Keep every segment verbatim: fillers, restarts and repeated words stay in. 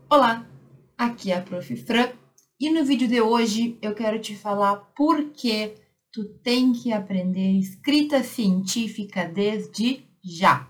Olá, aqui é a Prof. Fran e no vídeo de hoje eu quero te falar por que tu tem que aprender escrita científica desde já.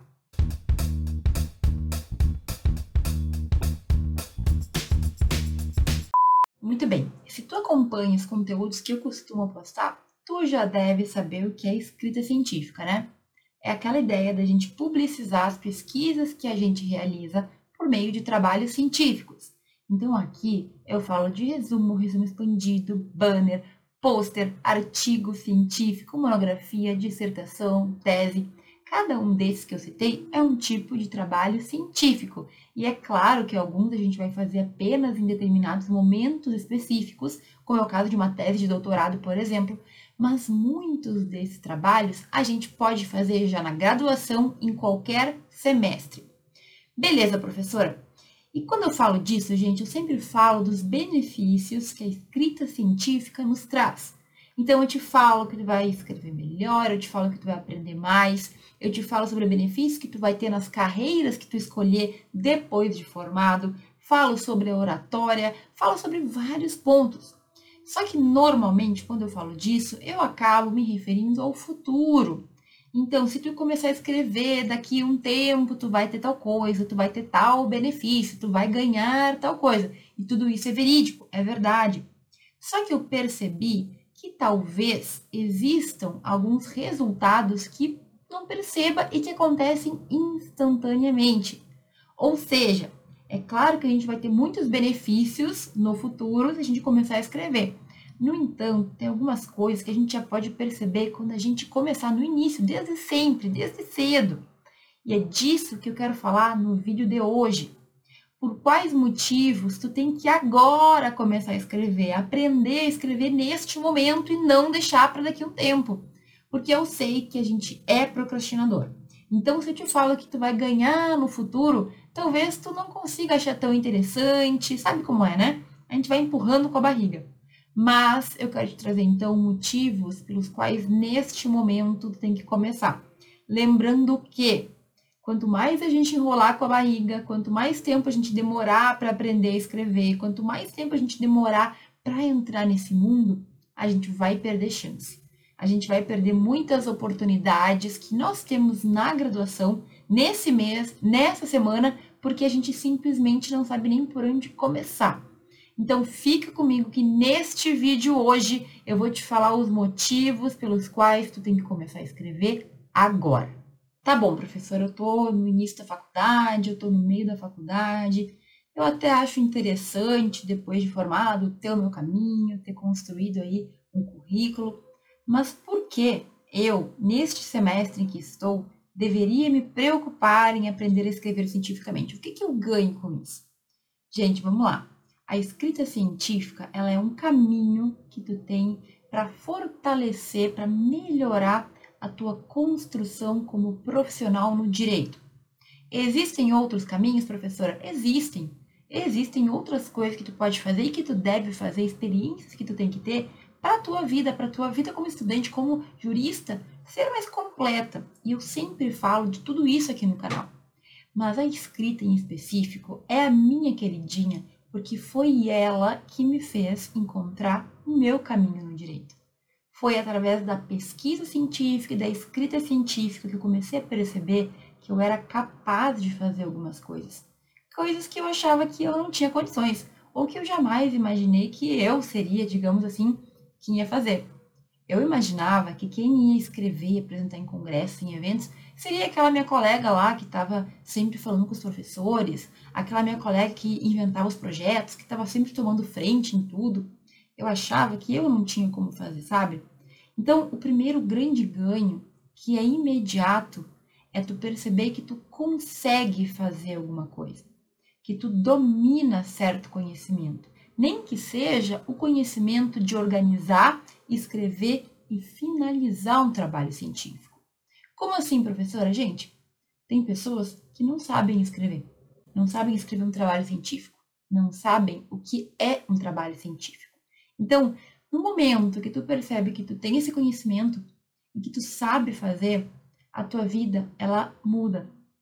Muito bem, se tu acompanha os conteúdos que eu costumo postar, tu já deve saber o que é escrita científica, né? É aquela ideia da gente publicizar as pesquisas que a gente realiza por meio de trabalhos científicos. Então aqui eu falo de resumo, resumo expandido, banner, pôster, artigo científico, monografia, dissertação, tese. Cada um desses que eu citei é um tipo de trabalho científico. E é claro que alguns a gente vai fazer apenas em determinados momentos específicos, como é o caso de uma tese de doutorado, por exemplo, mas muitos desses trabalhos a gente pode fazer já na graduação, em qualquer semestre. Beleza, professora? E quando eu falo disso, gente, eu sempre falo dos benefícios que a escrita científica nos traz. Então, eu te falo que tu vai escrever melhor, eu te falo que tu vai aprender mais, eu te falo sobre benefícios que tu vai ter nas carreiras que tu escolher depois de formado, falo sobre a oratória, falo sobre vários pontos. Só que normalmente, quando eu falo disso, eu acabo me referindo ao futuro. Então, se tu começar a escrever, daqui a um tempo tu vai ter tal coisa, tu vai ter tal benefício, tu vai ganhar tal coisa. E tudo isso é verídico, é verdade. Só que eu percebi que talvez existam alguns resultados que não perceba e que acontecem instantaneamente. Ou seja, é claro que a gente vai ter muitos benefícios no futuro se a gente começar a escrever. No entanto, tem algumas coisas que a gente já pode perceber quando a gente começar no início, desde sempre, desde cedo. E é disso que eu quero falar no vídeo de hoje. Por quais motivos tu tem que agora começar a escrever, aprender a escrever neste momento e não deixar para daqui a um tempo. Porque eu sei que a gente é procrastinador. Então, se eu te falo que tu vai ganhar no futuro, talvez tu não consiga achar tão interessante, sabe como é, né? A gente vai empurrando com a barriga. Mas eu quero te trazer então motivos pelos quais neste momento tu tem que começar. Lembrando que quanto mais a gente enrolar com a barriga, quanto mais tempo a gente demorar para aprender a escrever, quanto mais tempo a gente demorar para entrar nesse mundo, a gente vai perder chance. A gente vai perder muitas oportunidades que nós temos na graduação, nesse mês, nessa semana, porque a gente simplesmente não sabe nem por onde começar. Então fica comigo que neste vídeo hoje eu vou te falar os motivos pelos quais tu tem que começar a escrever agora. Tá bom, professora, eu tô no início da faculdade, eu tô no meio da faculdade. Eu até acho interessante, depois de formado, ter o meu caminho, ter construído aí um currículo. Mas por que eu, neste semestre em que estou, deveria me preocupar em aprender a escrever cientificamente? O que, que eu ganho com isso? Gente, vamos lá. A escrita científica, ela é um caminho que tu tem para fortalecer, para melhorar a tua construção como profissional no direito. Existem outros caminhos, professora? Existem. Existem outras coisas que tu pode fazer e que tu deve fazer, experiências que tu tem que ter para a tua vida, para a tua vida como estudante, como jurista, ser mais completa. E eu sempre falo de tudo isso aqui no canal. Mas a escrita em específico é a minha queridinha, porque foi ela que me fez encontrar o meu caminho no direito. Foi através da pesquisa científica e da escrita científica que eu comecei a perceber que eu era capaz de fazer algumas coisas. Coisas que eu achava que eu não tinha condições, ou que eu jamais imaginei que eu seria, digamos assim, quem ia fazer. Eu imaginava que quem ia escrever e apresentar em congressos, em eventos, seria aquela minha colega lá que estava sempre falando com os professores, aquela minha colega que inventava os projetos, que estava sempre tomando frente em tudo. Eu achava que eu não tinha como fazer, sabe? Então, o primeiro grande ganho, que é imediato, é tu perceber que tu consegue fazer alguma coisa, que tu domina certo conhecimento, nem que seja o conhecimento de organizar, escrever e finalizar um trabalho científico. Como assim, professora? Gente, tem pessoas que não sabem escrever, não sabem escrever um trabalho científico, não sabem o que é um trabalho científico. Então, no momento que tu percebe que tu tem esse conhecimento e que tu sabe fazer, a tua vida ela muda.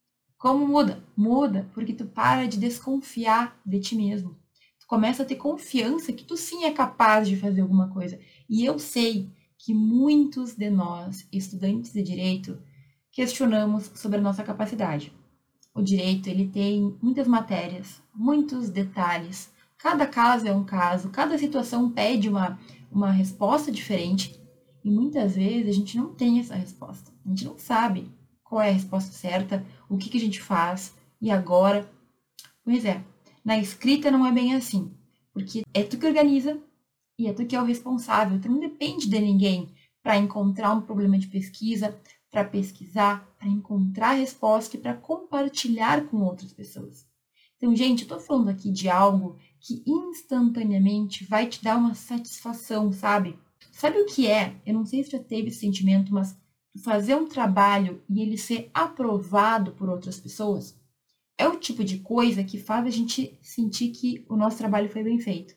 Como muda? Muda porque tu para de desconfiar de ti mesmo. Tu começa a ter confiança que tu sim é capaz de fazer alguma coisa. E eu sei que muitos de nós, estudantes de direito, questionamos sobre a nossa capacidade. O direito, ele tem muitas matérias, muitos detalhes. Cada caso é um caso, cada situação pede uma, uma resposta diferente. E muitas vezes a gente não tem essa resposta. A gente não sabe qual é a resposta certa, o que, que a gente faz, e agora. Pois é, na escrita não é bem assim. Porque é tu que organiza e é tu que é o responsável. Tu não depende de ninguém para encontrar um problema de pesquisa, para pesquisar, para encontrar a resposta e para compartilhar com outras pessoas. Então, gente, eu tô falando aqui de algo que instantaneamente vai te dar uma satisfação, sabe? Sabe o que é? Eu não sei se já teve esse sentimento, mas fazer um trabalho e ele ser aprovado por outras pessoas é o tipo de coisa que faz a gente sentir que o nosso trabalho foi bem feito.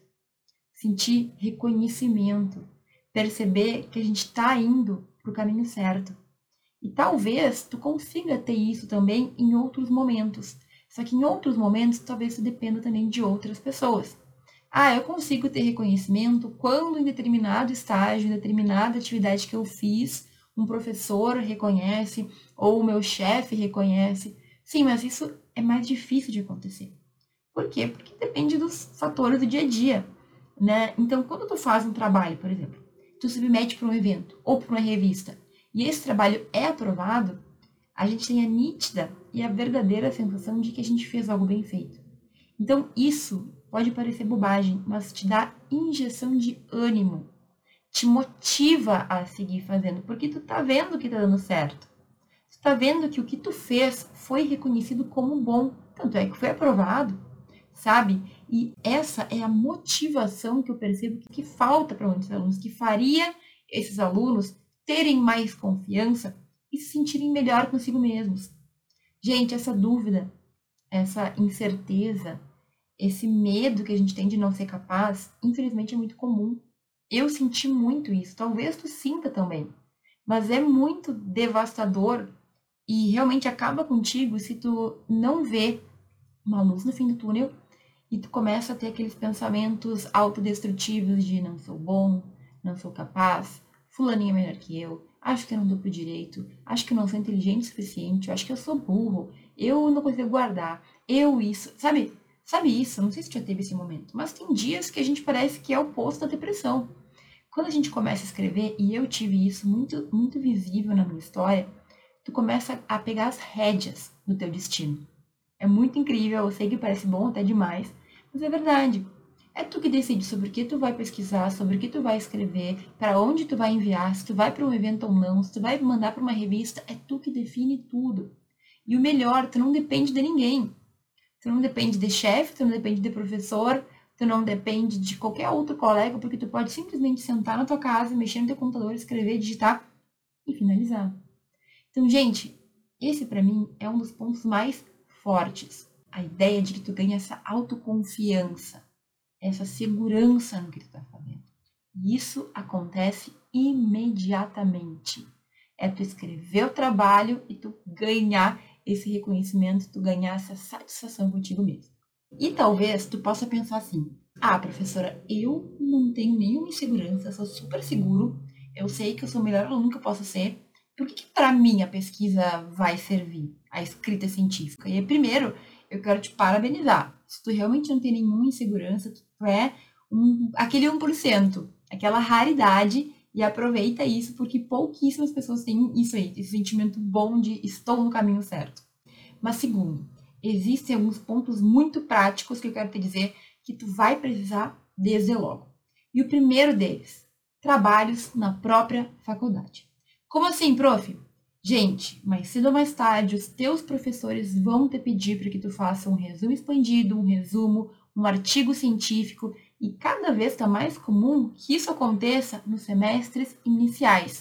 Sentir reconhecimento, perceber que a gente está indo para o caminho certo. E talvez tu consiga ter isso também em outros momentos. Só que em outros momentos, talvez tu dependa também de outras pessoas. Ah, eu consigo ter reconhecimento quando em determinado estágio, em determinada atividade que eu fiz, um professor reconhece ou o meu chefe reconhece. Sim, mas isso é mais difícil de acontecer. Por quê? Porque depende dos fatores do dia a dia, né? Então, quando tu faz um trabalho, por exemplo, tu submete para um evento ou para uma revista, e esse trabalho é aprovado, a gente tem a nítida e a verdadeira sensação de que a gente fez algo bem feito. Então, isso pode parecer bobagem, mas te dá injeção de ânimo, te motiva a seguir fazendo, porque tu tá vendo que tá dando certo. Tu tá vendo que o que tu fez foi reconhecido como bom, tanto é que foi aprovado, sabe? E essa é a motivação que eu percebo que falta para muitos alunos, que faria esses alunos terem mais confiança e se sentirem melhor consigo mesmos. Gente, essa dúvida, essa incerteza, esse medo que a gente tem de não ser capaz, infelizmente é muito comum. Eu senti muito isso, talvez tu sinta também, mas é muito devastador e realmente acaba contigo se tu não vê uma luz no fim do túnel e tu começa a ter aqueles pensamentos autodestrutivos de não sou bom, não sou capaz, fulaninho é melhor que eu, acho que eu não dou pro direito, acho que eu não sou inteligente o suficiente, eu acho que eu sou burro, eu não consigo guardar, eu isso, sabe? Sabe isso? Não sei se já teve esse momento, mas tem dias que a gente parece que é o oposto da depressão. Quando a gente começa a escrever, e eu tive isso muito, muito visível na minha história, tu começa a pegar as rédeas do teu destino. É muito incrível, eu sei que parece bom até demais, mas é verdade. É tu que decide sobre o que tu vai pesquisar, sobre o que tu vai escrever, para onde tu vai enviar, se tu vai para um evento ou não, se tu vai mandar para uma revista, é tu que define tudo. E o melhor, tu não depende de ninguém. Tu não depende de chefe, tu não depende de professor, tu não depende de qualquer outro colega, porque tu pode simplesmente sentar na tua casa, mexer no teu computador, escrever, digitar e finalizar. Então, gente, esse para mim é um dos pontos mais fortes. A ideia de que tu ganha essa autoconfiança, essa segurança no que tu tá fazendo. E isso acontece imediatamente. É tu escrever o trabalho e tu ganhar esse reconhecimento, tu ganhar essa satisfação contigo mesmo. E talvez tu possa pensar assim: ah, professora, eu não tenho nenhuma insegurança, sou super seguro, eu sei que eu sou o melhor aluno que eu posso ser, por que, que para mim a pesquisa vai servir, a escrita científica? E primeiro, eu quero te parabenizar. Se tu realmente não tem nenhuma insegurança, tu é um, aquele um por cento, aquela raridade, e aproveita isso, porque pouquíssimas pessoas têm isso aí, esse sentimento bom de estou no caminho certo. Mas segundo, existem alguns pontos muito práticos que eu quero te dizer que tu vai precisar desde logo. E o primeiro deles, trabalhos na própria faculdade. Como assim, prof? Gente, mais cedo ou mais tarde, os teus professores vão te pedir para que tu faça um resumo expandido, um resumo, um artigo científico, e cada vez está mais comum que isso aconteça nos semestres iniciais.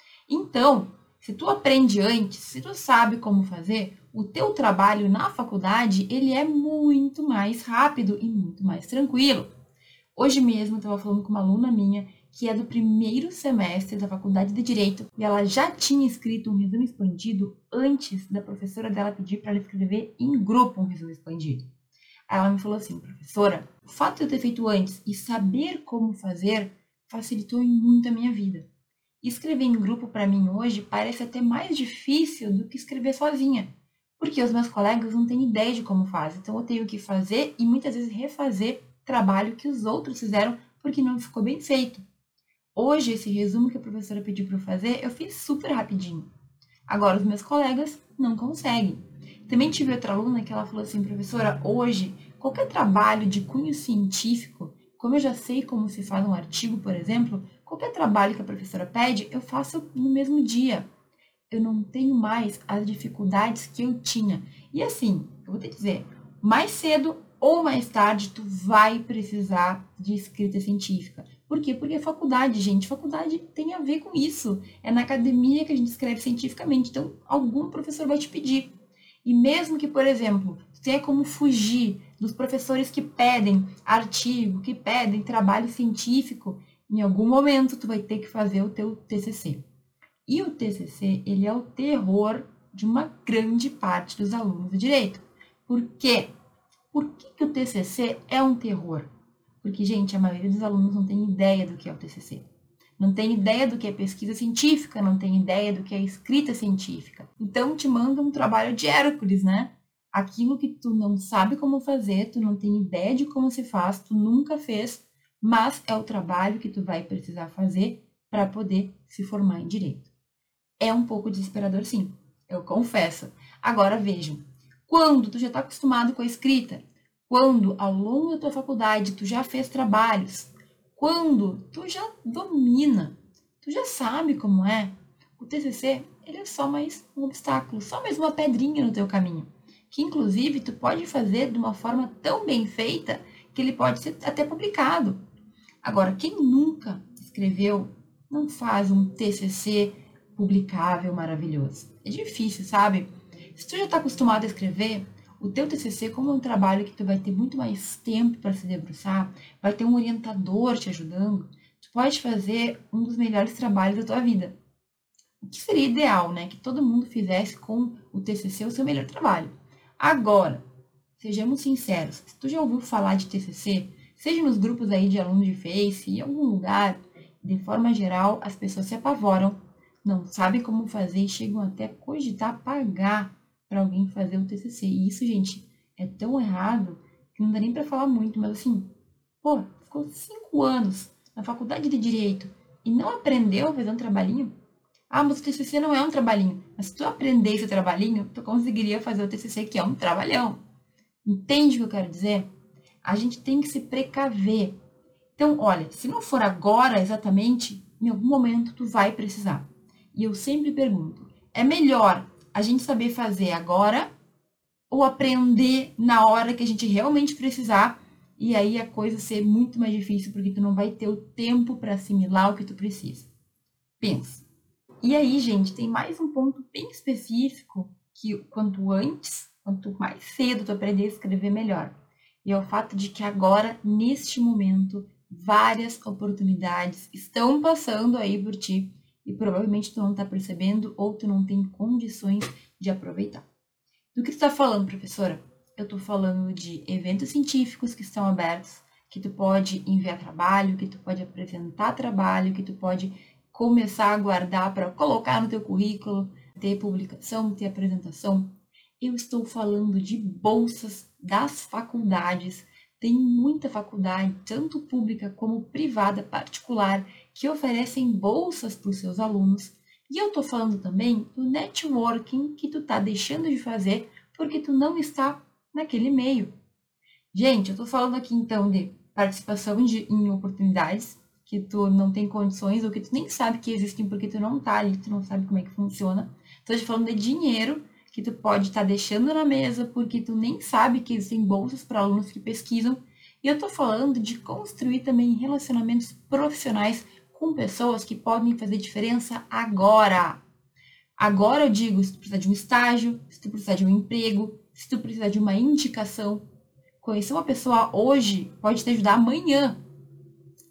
Então, se tu aprende antes, se tu sabe como fazer, o teu trabalho na faculdade, ele é muito mais rápido e muito mais tranquilo. Hoje mesmo eu estava falando com uma aluna minha que é do primeiro semestre da Faculdade de Direito, e ela já tinha escrito um resumo expandido antes da professora dela pedir para ela escrever em grupo um resumo expandido. Aí ela me falou assim, professora, o fato de eu ter feito antes e saber como fazer facilitou muito a minha vida. Escrever em grupo para mim hoje parece até mais difícil do que escrever sozinha, porque os meus colegas não têm ideia de como fazem, então eu tenho que fazer e muitas vezes refazer trabalho que os outros fizeram porque não ficou bem feito. Hoje, esse resumo que a professora pediu para eu fazer, eu fiz super rapidinho. Agora, os meus colegas não conseguem. Também tive outra aluna que ela falou assim, professora, hoje, qualquer trabalho de cunho científico, como eu já sei como se faz um artigo, por exemplo, qualquer trabalho que a professora pede, eu faço no mesmo dia. Eu não tenho mais as dificuldades que eu tinha. E assim, eu vou te dizer, mais cedo ou mais tarde tu vai precisar de escrita científica. Por quê? Porque é faculdade, gente. Faculdade tem a ver com isso. É na academia que a gente escreve cientificamente. Então, algum professor vai te pedir. E mesmo que, por exemplo, tu tenha como fugir dos professores que pedem artigo, que pedem trabalho científico, em algum momento tu vai ter que fazer o teu T C C. E o T C C, ele é o terror de uma grande parte dos alunos de direito. Por quê? Por que, que o T C C é um terror? Porque, gente, a maioria dos alunos não tem ideia do que é o T C C. Não tem ideia do que é pesquisa científica, não tem ideia do que é escrita científica. Então, te manda um trabalho de Hércules, né? Aquilo que tu não sabe como fazer, tu não tem ideia de como se faz, tu nunca fez, mas é o trabalho que tu vai precisar fazer para poder se formar em direito. É um pouco desesperador, sim, eu confesso. Agora, vejam, quando tu já está acostumado com a escrita, quando ao longo da tua faculdade tu já fez trabalhos, quando tu já domina, tu já sabe como é, o T C C ele é só mais um obstáculo, só mais uma pedrinha no teu caminho, que inclusive tu pode fazer de uma forma tão bem feita que ele pode ser até publicado. Agora, quem nunca escreveu não faz um T C C publicável maravilhoso. É difícil, sabe? Se tu já está acostumado a escrever, o teu T C C, como é um trabalho que tu vai ter muito mais tempo para se debruçar, vai ter um orientador te ajudando, tu pode fazer um dos melhores trabalhos da tua vida. O que seria ideal, né? Que todo mundo fizesse com o T C C o seu melhor trabalho. Agora, sejamos sinceros, se tu já ouviu falar de T C C, seja nos grupos aí de alunos de Face, em algum lugar, de forma geral, as pessoas se apavoram, não sabem como fazer e chegam até a cogitar pagar para alguém fazer o T C C. E isso, gente, é tão errado que não dá nem para falar muito, mas assim, pô, ficou cinco anos na faculdade de Direito e não aprendeu a fazer um trabalhinho? Ah, mas o T C C não é um trabalhinho. Mas se tu aprender esse trabalhinho, tu conseguiria fazer o T C C, que é um trabalhão. Entende o que eu quero dizer? A gente tem que se precaver. Então, olha, se não for agora exatamente, em algum momento tu vai precisar. E eu sempre pergunto, é melhor a gente saber fazer agora ou aprender na hora que a gente realmente precisar e aí a coisa ser muito mais difícil porque tu não vai ter o tempo para assimilar o que tu precisa. Pensa. E aí, gente, tem mais um ponto bem específico que quanto antes, quanto mais cedo tu aprender a escrever, melhor. E é o fato de que agora, neste momento, várias oportunidades estão passando aí por ti e provavelmente tu não está percebendo ou tu não tem condições de aproveitar. Do que tu está falando, professora? Eu estou falando de eventos científicos que estão abertos, que tu pode enviar trabalho, que tu pode apresentar trabalho, que tu pode começar a guardar para colocar no teu currículo, ter publicação, ter apresentação. Eu estou falando de bolsas das faculdades. Tem muita faculdade, tanto pública como privada, particular, que oferecem bolsas para os seus alunos. E eu estou falando também do networking que tu está deixando de fazer porque tu não está naquele meio. Gente, eu estou falando aqui então de participação de, em oportunidades que tu não tem condições ou que tu nem sabe que existem porque tu não tá ali, tu não sabe como é que funciona. Estou te falando de dinheiro que tu pode estar tá deixando na mesa porque tu nem sabe que existem bolsas para alunos que pesquisam. E eu estou falando de construir também relacionamentos profissionais com pessoas que podem fazer diferença agora. Agora eu digo, se tu precisar de um estágio, se tu precisar de um emprego, se tu precisar de uma indicação. Conhecer uma pessoa hoje pode te ajudar amanhã.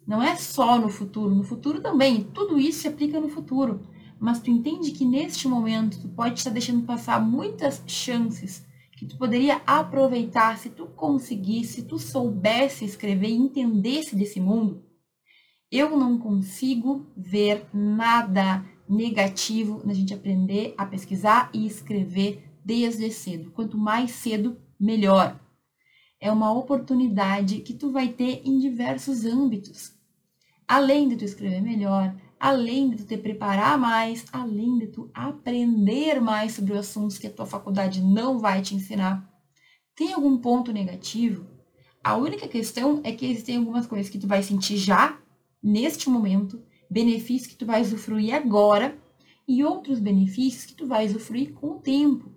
Não é só no futuro, no futuro também, tudo isso se aplica no futuro. Mas tu entende que neste momento tu pode estar deixando passar muitas chances que tu poderia aproveitar se tu conseguisse, se tu soubesse escrever e entendesse desse mundo? Eu não consigo ver nada negativo na gente aprender a pesquisar e escrever desde cedo. Quanto mais cedo, melhor. É uma oportunidade que tu vai ter em diversos âmbitos. Além de tu escrever melhor, além de tu te preparar mais, além de tu aprender mais sobre os assuntos que a tua faculdade não vai te ensinar. Tem algum ponto negativo? A única questão é que existem algumas coisas que tu vai sentir já, neste momento, benefícios que tu vai usufruir agora e outros benefícios que tu vai usufruir com o tempo.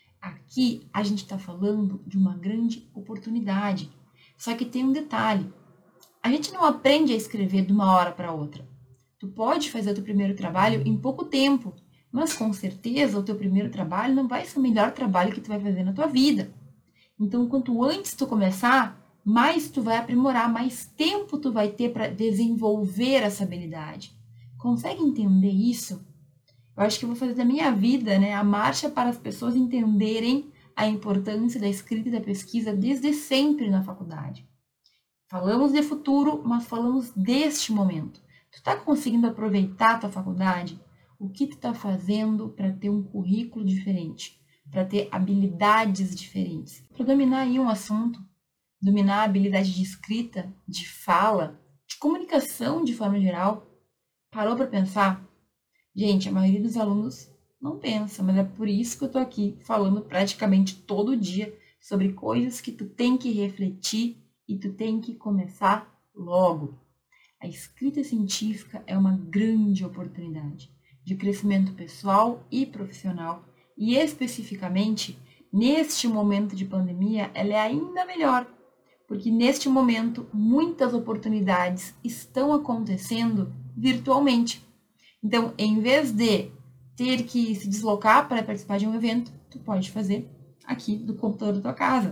Aqui a gente está falando de uma grande oportunidade. Só que tem um detalhe. A gente não aprende a escrever de uma hora para outra. Tu pode fazer o teu primeiro trabalho em pouco tempo, mas com certeza o teu primeiro trabalho não vai ser o melhor trabalho que tu vai fazer na tua vida. Então, quanto antes tu começar, mais tu vai aprimorar, mais tempo tu vai ter para desenvolver essa habilidade. Consegue entender isso? Eu acho que eu vou fazer da minha vida, né, a marcha para as pessoas entenderem a importância da escrita e da pesquisa desde sempre na faculdade. Falamos de futuro, mas falamos deste momento. Tu está conseguindo aproveitar a tua faculdade? O que tu está fazendo para ter um currículo diferente? Para ter habilidades diferentes? Para dominar aí um assunto, dominar a habilidade de escrita, de fala, de comunicação de forma geral. Parou para pensar? Gente, a maioria dos alunos não pensa, mas é por isso que eu tô aqui falando praticamente todo dia sobre coisas que tu tem que refletir e tu tem que começar logo. A escrita científica é uma grande oportunidade de crescimento pessoal e profissional e especificamente neste momento de pandemia ela é ainda melhor, porque neste momento muitas oportunidades estão acontecendo virtualmente. Então, em vez de ter que se deslocar para participar de um evento, tu pode fazer aqui do computador da tua casa.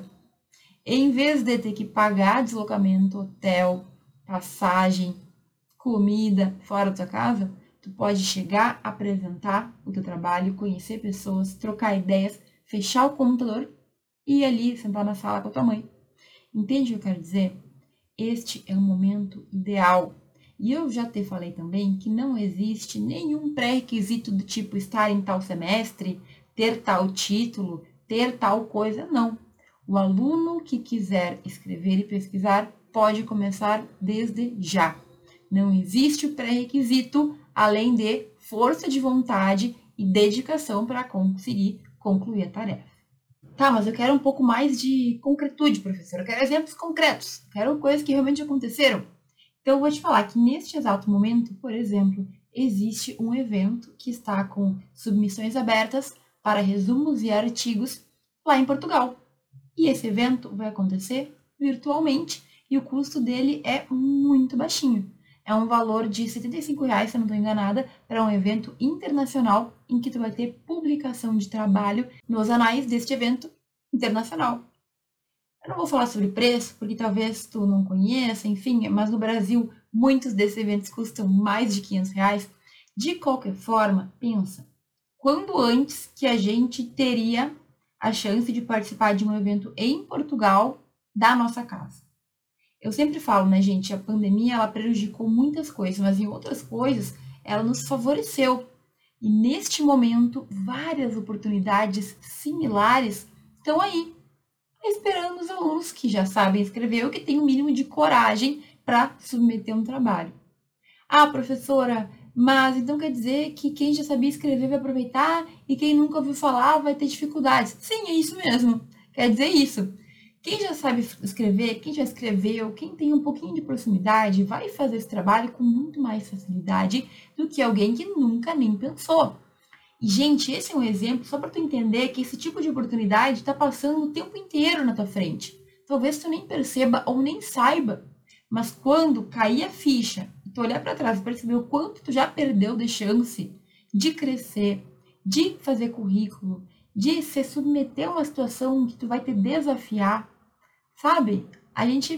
Em vez de ter que pagar deslocamento, hotel, passagem, comida fora da tua casa, tu pode chegar, apresentar o teu trabalho, conhecer pessoas, trocar ideias, fechar o computador e ir ali sentar na sala com a tua mãe. Entende o que eu quero dizer? Este é o momento ideal. E eu já te falei também que não existe nenhum pré-requisito do tipo estar em tal semestre, ter tal título, ter tal coisa, não. O aluno que quiser escrever e pesquisar pode começar desde já. Não existe o pré-requisito além de força de vontade e dedicação para conseguir concluir a tarefa. Tá, mas eu quero um pouco mais de concretude, professor. Eu quero exemplos concretos. Eu quero coisas que realmente aconteceram. Então, eu vou te falar que neste exato momento, por exemplo, existe um evento que está com submissões abertas para resumos e artigos lá em Portugal. E esse evento vai acontecer virtualmente e o custo dele é muito baixinho. É um valor de setenta e cinco reais, se eu não estou enganada, para um evento internacional em que tu vai ter publicação de trabalho nos anais deste evento internacional. Eu não vou falar sobre preço, porque talvez tu não conheça, enfim, mas no Brasil muitos desses eventos custam mais de quinhentos reais. De qualquer forma, pensa, quando antes que a gente teria a chance de participar de um evento em Portugal da nossa casa? Eu sempre falo, né, gente, a pandemia ela prejudicou muitas coisas, mas em outras coisas ela nos favoreceu. E neste momento, várias oportunidades similares estão aí, esperando os alunos que já sabem escrever ou que têm o mínimo de coragem para submeter um trabalho. Ah, professora, mas então quer dizer que quem já sabia escrever vai aproveitar e quem nunca ouviu falar vai ter dificuldades? Sim, é isso mesmo. Quer dizer isso. Quem já sabe escrever, quem já escreveu, quem tem um pouquinho de proximidade, vai fazer esse trabalho com muito mais facilidade do que alguém que nunca nem pensou. E, gente, esse é um exemplo só para tu entender que esse tipo de oportunidade está passando o tempo inteiro na tua frente. Talvez tu nem perceba ou nem saiba, mas quando cair a ficha e tu olhar para trás e perceber o quanto tu já perdeu de chance de crescer, de fazer currículo, de se submeter a uma situação que tu vai te desafiar, sabe? A gente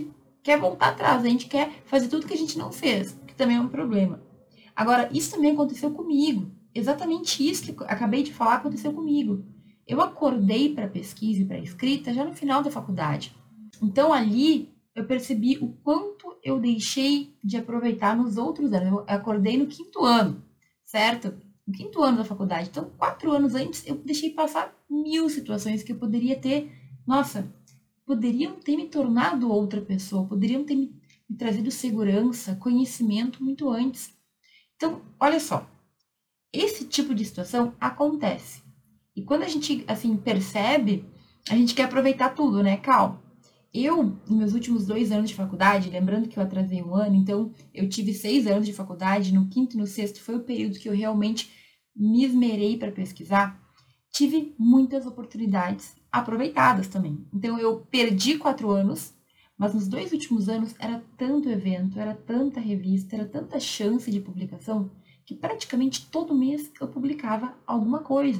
quer voltar atrás, a gente quer fazer tudo que a gente não fez, que também é um problema. Agora, isso também aconteceu comigo. Exatamente isso que eu acabei de falar aconteceu comigo. Eu acordei para pesquisa e para escrita já no final da faculdade. Então, ali, eu percebi o quanto eu deixei de aproveitar nos outros anos. Eu acordei no quinto ano, certo? No quinto ano da faculdade. Então, quatro anos antes, eu deixei passar mil situações que eu poderia ter, nossa, poderiam ter me tornado outra pessoa, poderiam ter me, me trazido segurança, conhecimento muito antes. Então, olha só, esse tipo de situação acontece. E quando a gente, assim, percebe, a gente quer aproveitar tudo, né? Calma. Eu, nos meus últimos dois anos de faculdade, lembrando que eu atrasei um ano, então eu tive seis anos de faculdade, no quinto e no sexto foi o período que eu realmente me esmerei para pesquisar, tive muitas oportunidades aproveitadas também. Então eu perdi quatro anos, mas nos dois últimos anos era tanto evento, era tanta revista, era tanta chance de publicação, que praticamente todo mês eu publicava alguma coisa.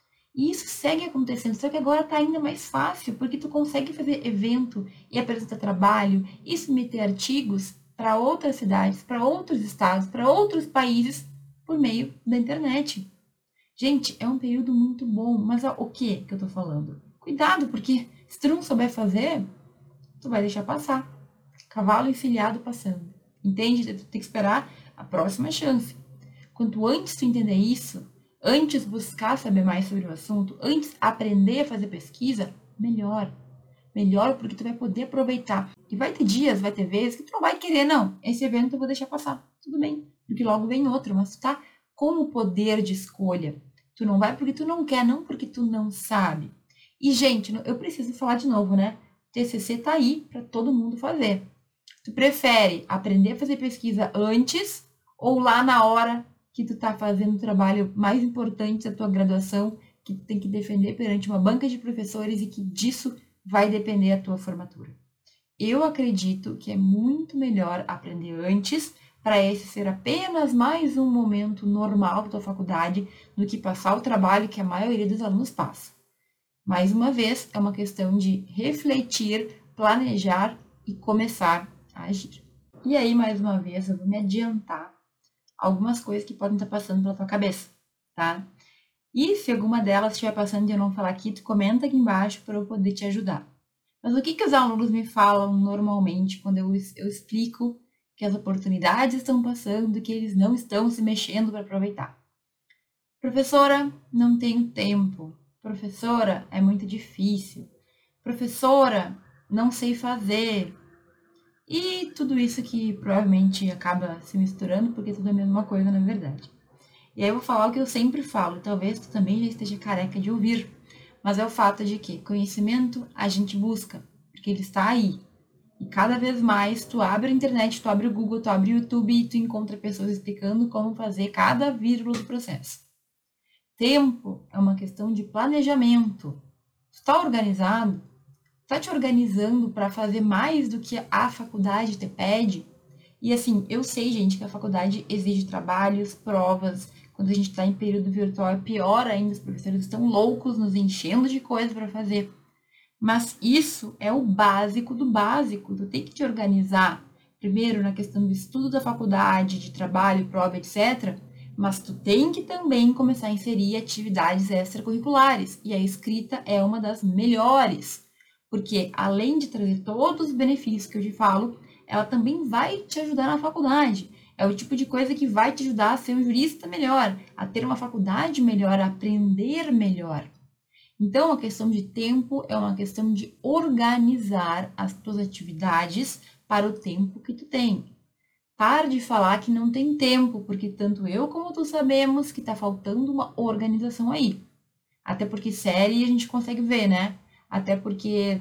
E isso segue acontecendo, só que agora está ainda mais fácil, porque tu consegue fazer evento e apresentar trabalho e submeter artigos para outras cidades, para outros estados, para outros países por meio da internet. Gente, é um período muito bom, mas ó, o que que eu tô falando? Cuidado, porque se tu não souber fazer, tu vai deixar passar. Cavalo encilhado passando. Entende? Tu tem que esperar a próxima chance. Quanto antes tu entender isso, antes buscar saber mais sobre o assunto, antes aprender a fazer pesquisa, melhor. Melhor porque tu vai poder aproveitar. E vai ter dias, vai ter vezes que tu não vai querer, não. Esse evento eu vou deixar passar. Tudo bem, porque logo vem outro, mas tu tá com o poder de escolha. Tu não vai porque tu não quer, não porque tu não sabe. E, gente, eu preciso falar de novo, né? T C C tá aí para todo mundo fazer. Tu prefere aprender a fazer pesquisa antes ou lá na hora que tu tá fazendo o trabalho mais importante da tua graduação, que tu tem que defender perante uma banca de professores e que disso vai depender a tua formatura? Eu acredito que é muito melhor aprender antes, para esse ser apenas mais um momento normal da tua faculdade, do que passar o trabalho que a maioria dos alunos passa. Mais uma vez, é uma questão de refletir, planejar e começar a agir. E aí, mais uma vez, eu vou me adiantar algumas coisas que podem estar passando pela tua cabeça, tá? E se alguma delas estiver passando e eu não falar aqui, tu comenta aqui embaixo para eu poder te ajudar. Mas o que, que os alunos me falam normalmente quando eu, eu explico que as oportunidades estão passando e que eles não estão se mexendo para aproveitar? Professora, não tenho tempo. Professora, é muito difícil. Professora, não sei fazer. E tudo isso que provavelmente acaba se misturando, porque tudo é a mesma coisa, na verdade. E aí eu vou falar o que eu sempre falo, talvez tu também já esteja careca de ouvir, mas é o fato de que conhecimento a gente busca, porque ele está aí. E cada vez mais tu abre a internet, tu abre o Google, tu abre o YouTube e tu encontra pessoas explicando como fazer cada vírgula do processo. Tempo é uma questão de planejamento. Tu está organizado? Está te organizando para fazer mais do que a faculdade te pede? E assim, eu sei, gente, que a faculdade exige trabalhos, provas. Quando a gente está em período virtual é pior ainda, os professores estão loucos, nos enchendo de coisa para fazer. Mas isso é o básico do básico. Tu tem que te organizar, primeiro na questão do estudo da faculdade, de trabalho, prova, etcétera. Mas tu tem que também começar a inserir atividades extracurriculares. E a escrita é uma das melhores. Porque além de trazer todos os benefícios que eu te falo, ela também vai te ajudar na faculdade. É o tipo de coisa que vai te ajudar a ser um jurista melhor, a ter uma faculdade melhor, a aprender melhor. Então, a questão de tempo é uma questão de organizar as tuas atividades para o tempo que tu tem. Para de falar que não tem tempo, porque tanto eu como tu sabemos que está faltando uma organização aí. Até porque série a gente consegue ver, né? Até porque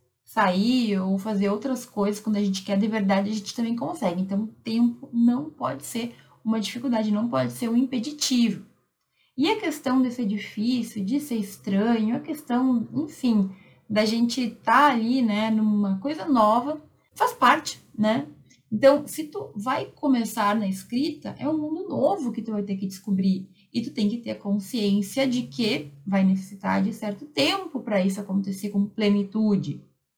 sair ou fazer outras coisas quando a gente quer de verdade, a gente também consegue. Então, tempo não pode ser uma dificuldade, não pode ser um impeditivo. E a questão de ser difícil, de ser estranho, a questão, enfim, da gente estar tá ali, né, numa coisa nova, faz parte, né? Então, se tu vai começar na escrita, é um mundo novo que tu vai ter que descobrir. E tu tem que ter consciência de que vai necessitar de certo tempo para isso acontecer com plenitude.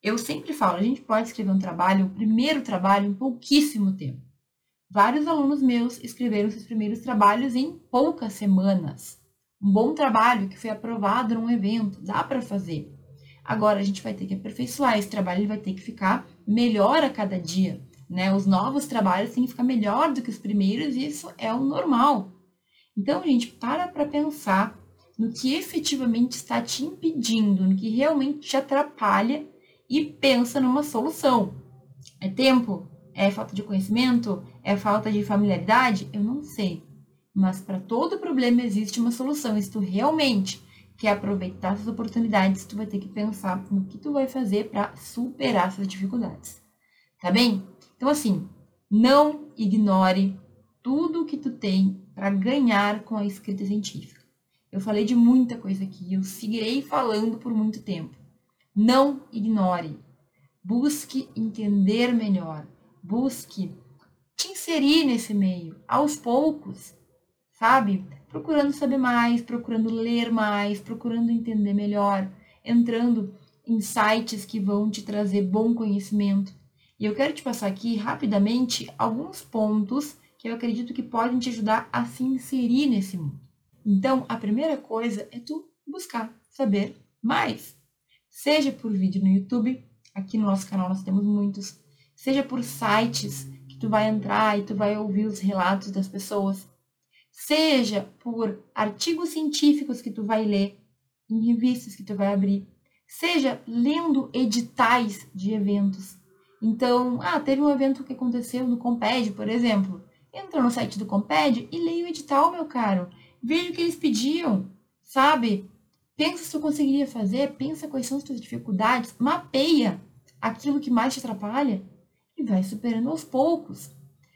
Eu sempre falo, a gente pode escrever um trabalho, o primeiro trabalho, em pouquíssimo tempo. Vários alunos meus escreveram seus primeiros trabalhos em poucas semanas. Um bom trabalho que foi aprovado num evento, dá para fazer. Agora a gente vai ter que aperfeiçoar esse trabalho, ele vai ter que ficar melhor a cada dia, né? Os novos trabalhos têm que ficar melhor do que os primeiros e isso é o normal. Então, gente, para para pensar no que efetivamente está te impedindo, no que realmente te atrapalha e pensa numa solução. É tempo? É falta de conhecimento? É falta de familiaridade? Eu não sei. Mas para todo problema existe uma solução. E se tu realmente quer aproveitar essas oportunidades, tu vai ter que pensar no que tu vai fazer para superar essas dificuldades. Tá bem? Então, assim, não ignore tudo que tu tem para ganhar com a escrita científica. Eu falei de muita coisa aqui, eu seguirei falando por muito tempo. Não ignore. Busque entender melhor. Busque te inserir nesse meio, aos poucos, sabe? Procurando saber mais, procurando ler mais, procurando entender melhor, entrando em sites que vão te trazer bom conhecimento. E eu quero te passar aqui rapidamente alguns pontos que eu acredito que podem te ajudar a se inserir nesse mundo. Então, a primeira coisa é tu buscar saber mais. Seja por vídeo no YouTube, aqui no nosso canal nós temos muitos, seja por sites que tu vai entrar e tu vai ouvir os relatos das pessoas, seja por artigos científicos que tu vai ler, em revistas que tu vai abrir, seja lendo editais de eventos. Então, ah, teve um evento que aconteceu no Comped, por exemplo. Entra no site do Comped e leia o edital, meu caro. Veja o que eles pediam, sabe? Pensa se tu conseguiria fazer, pensa quais são as tuas dificuldades, mapeia aquilo que mais te atrapalha e vai superando aos poucos.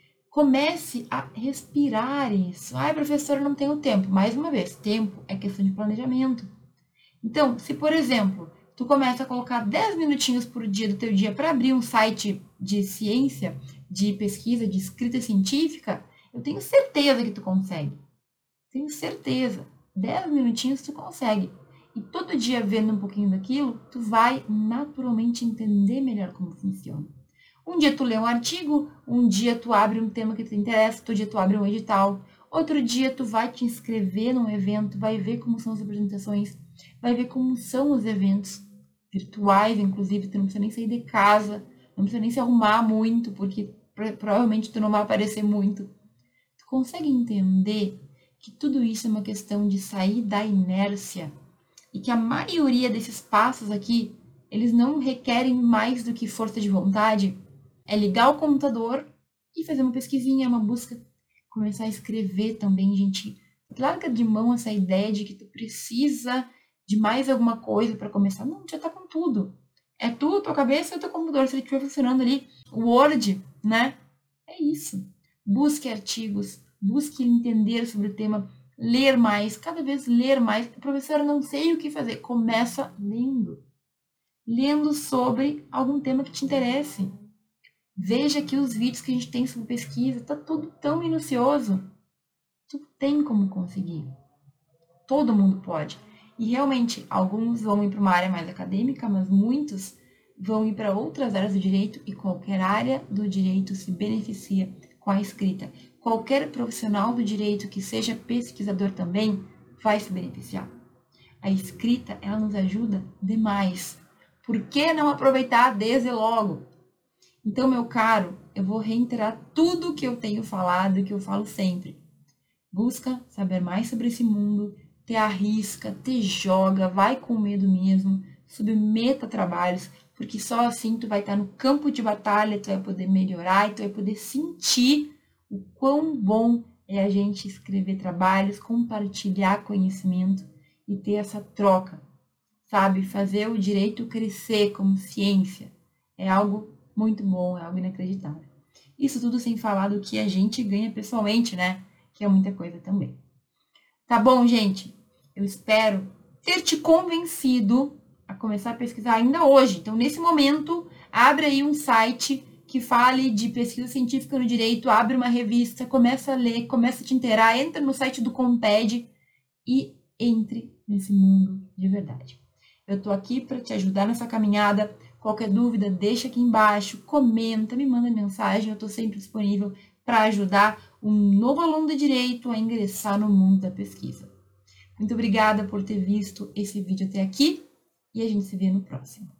Comece a respirar isso. Ai, professora, não tenho tempo. Mais uma vez, tempo é questão de planejamento. Então, se, por exemplo, tu começa a colocar dez minutinhos por dia do teu dia para abrir um site de ciência, de pesquisa, de escrita científica, eu tenho certeza que tu consegue. Tenho certeza. dez minutinhos tu consegue. E todo dia vendo um pouquinho daquilo, tu vai naturalmente entender melhor como funciona. Um dia tu lê um artigo, um dia tu abre um tema que te interessa, outro dia tu abre um edital, outro dia tu vai te inscrever num evento, vai ver como são as apresentações, vai ver como são os eventos virtuais, inclusive, tu não precisa nem sair de casa, não precisa nem se arrumar muito, porque provavelmente tu não vai aparecer muito. Tu consegue entender que tudo isso é uma questão de sair da inércia e que a maioria desses passos aqui, eles não requerem mais do que força de vontade. É ligar o computador e fazer uma pesquisinha, uma busca, começar a escrever também, gente. Larga de mão essa ideia de que tu precisa de mais alguma coisa para começar. Não, já tá com tudo. É tu, tua cabeça e o teu computador. Se ele estiver funcionando ali, o Word, né? É isso. Busque artigos, busque entender sobre o tema, ler mais, cada vez ler mais. Professora, não sei o que fazer. Começa lendo. Lendo sobre algum tema que te interesse. Veja aqui os vídeos que a gente tem sobre pesquisa. Tá tudo tão minucioso. Tu tem como conseguir. Todo mundo pode. E realmente, alguns vão ir para uma área mais acadêmica, mas muitos vão ir para outras áreas do direito e qualquer área do direito se beneficia com a escrita. Qualquer profissional do direito que seja pesquisador também vai se beneficiar. A escrita, ela nos ajuda demais. Por que não aproveitar desde logo? Então, meu caro, eu vou reiterar tudo que eu tenho falado e que eu falo sempre. Busca saber mais sobre esse mundo, te arrisca, te joga, vai com medo mesmo, submeta trabalhos, porque só assim tu vai estar no campo de batalha, tu vai poder melhorar e tu vai poder sentir o quão bom é a gente escrever trabalhos, compartilhar conhecimento e ter essa troca, sabe? Fazer o direito crescer como ciência é algo muito bom, é algo inacreditável. Isso tudo sem falar do que a gente ganha pessoalmente, né? Que é muita coisa também. Tá bom, gente? Eu espero ter te convencido a começar a pesquisar ainda hoje. Então, nesse momento, abre aí um site que fale de pesquisa científica no direito, abre uma revista, começa a ler, começa a te inteirar, entra no site do Comped e entre nesse mundo de verdade. Eu tô aqui para te ajudar nessa caminhada. Qualquer dúvida, deixa aqui embaixo, comenta, me manda mensagem, eu estou sempre disponível para ajudar um novo aluno de direito a ingressar no mundo da pesquisa. Muito obrigada por ter visto esse vídeo até aqui e a gente se vê no próximo.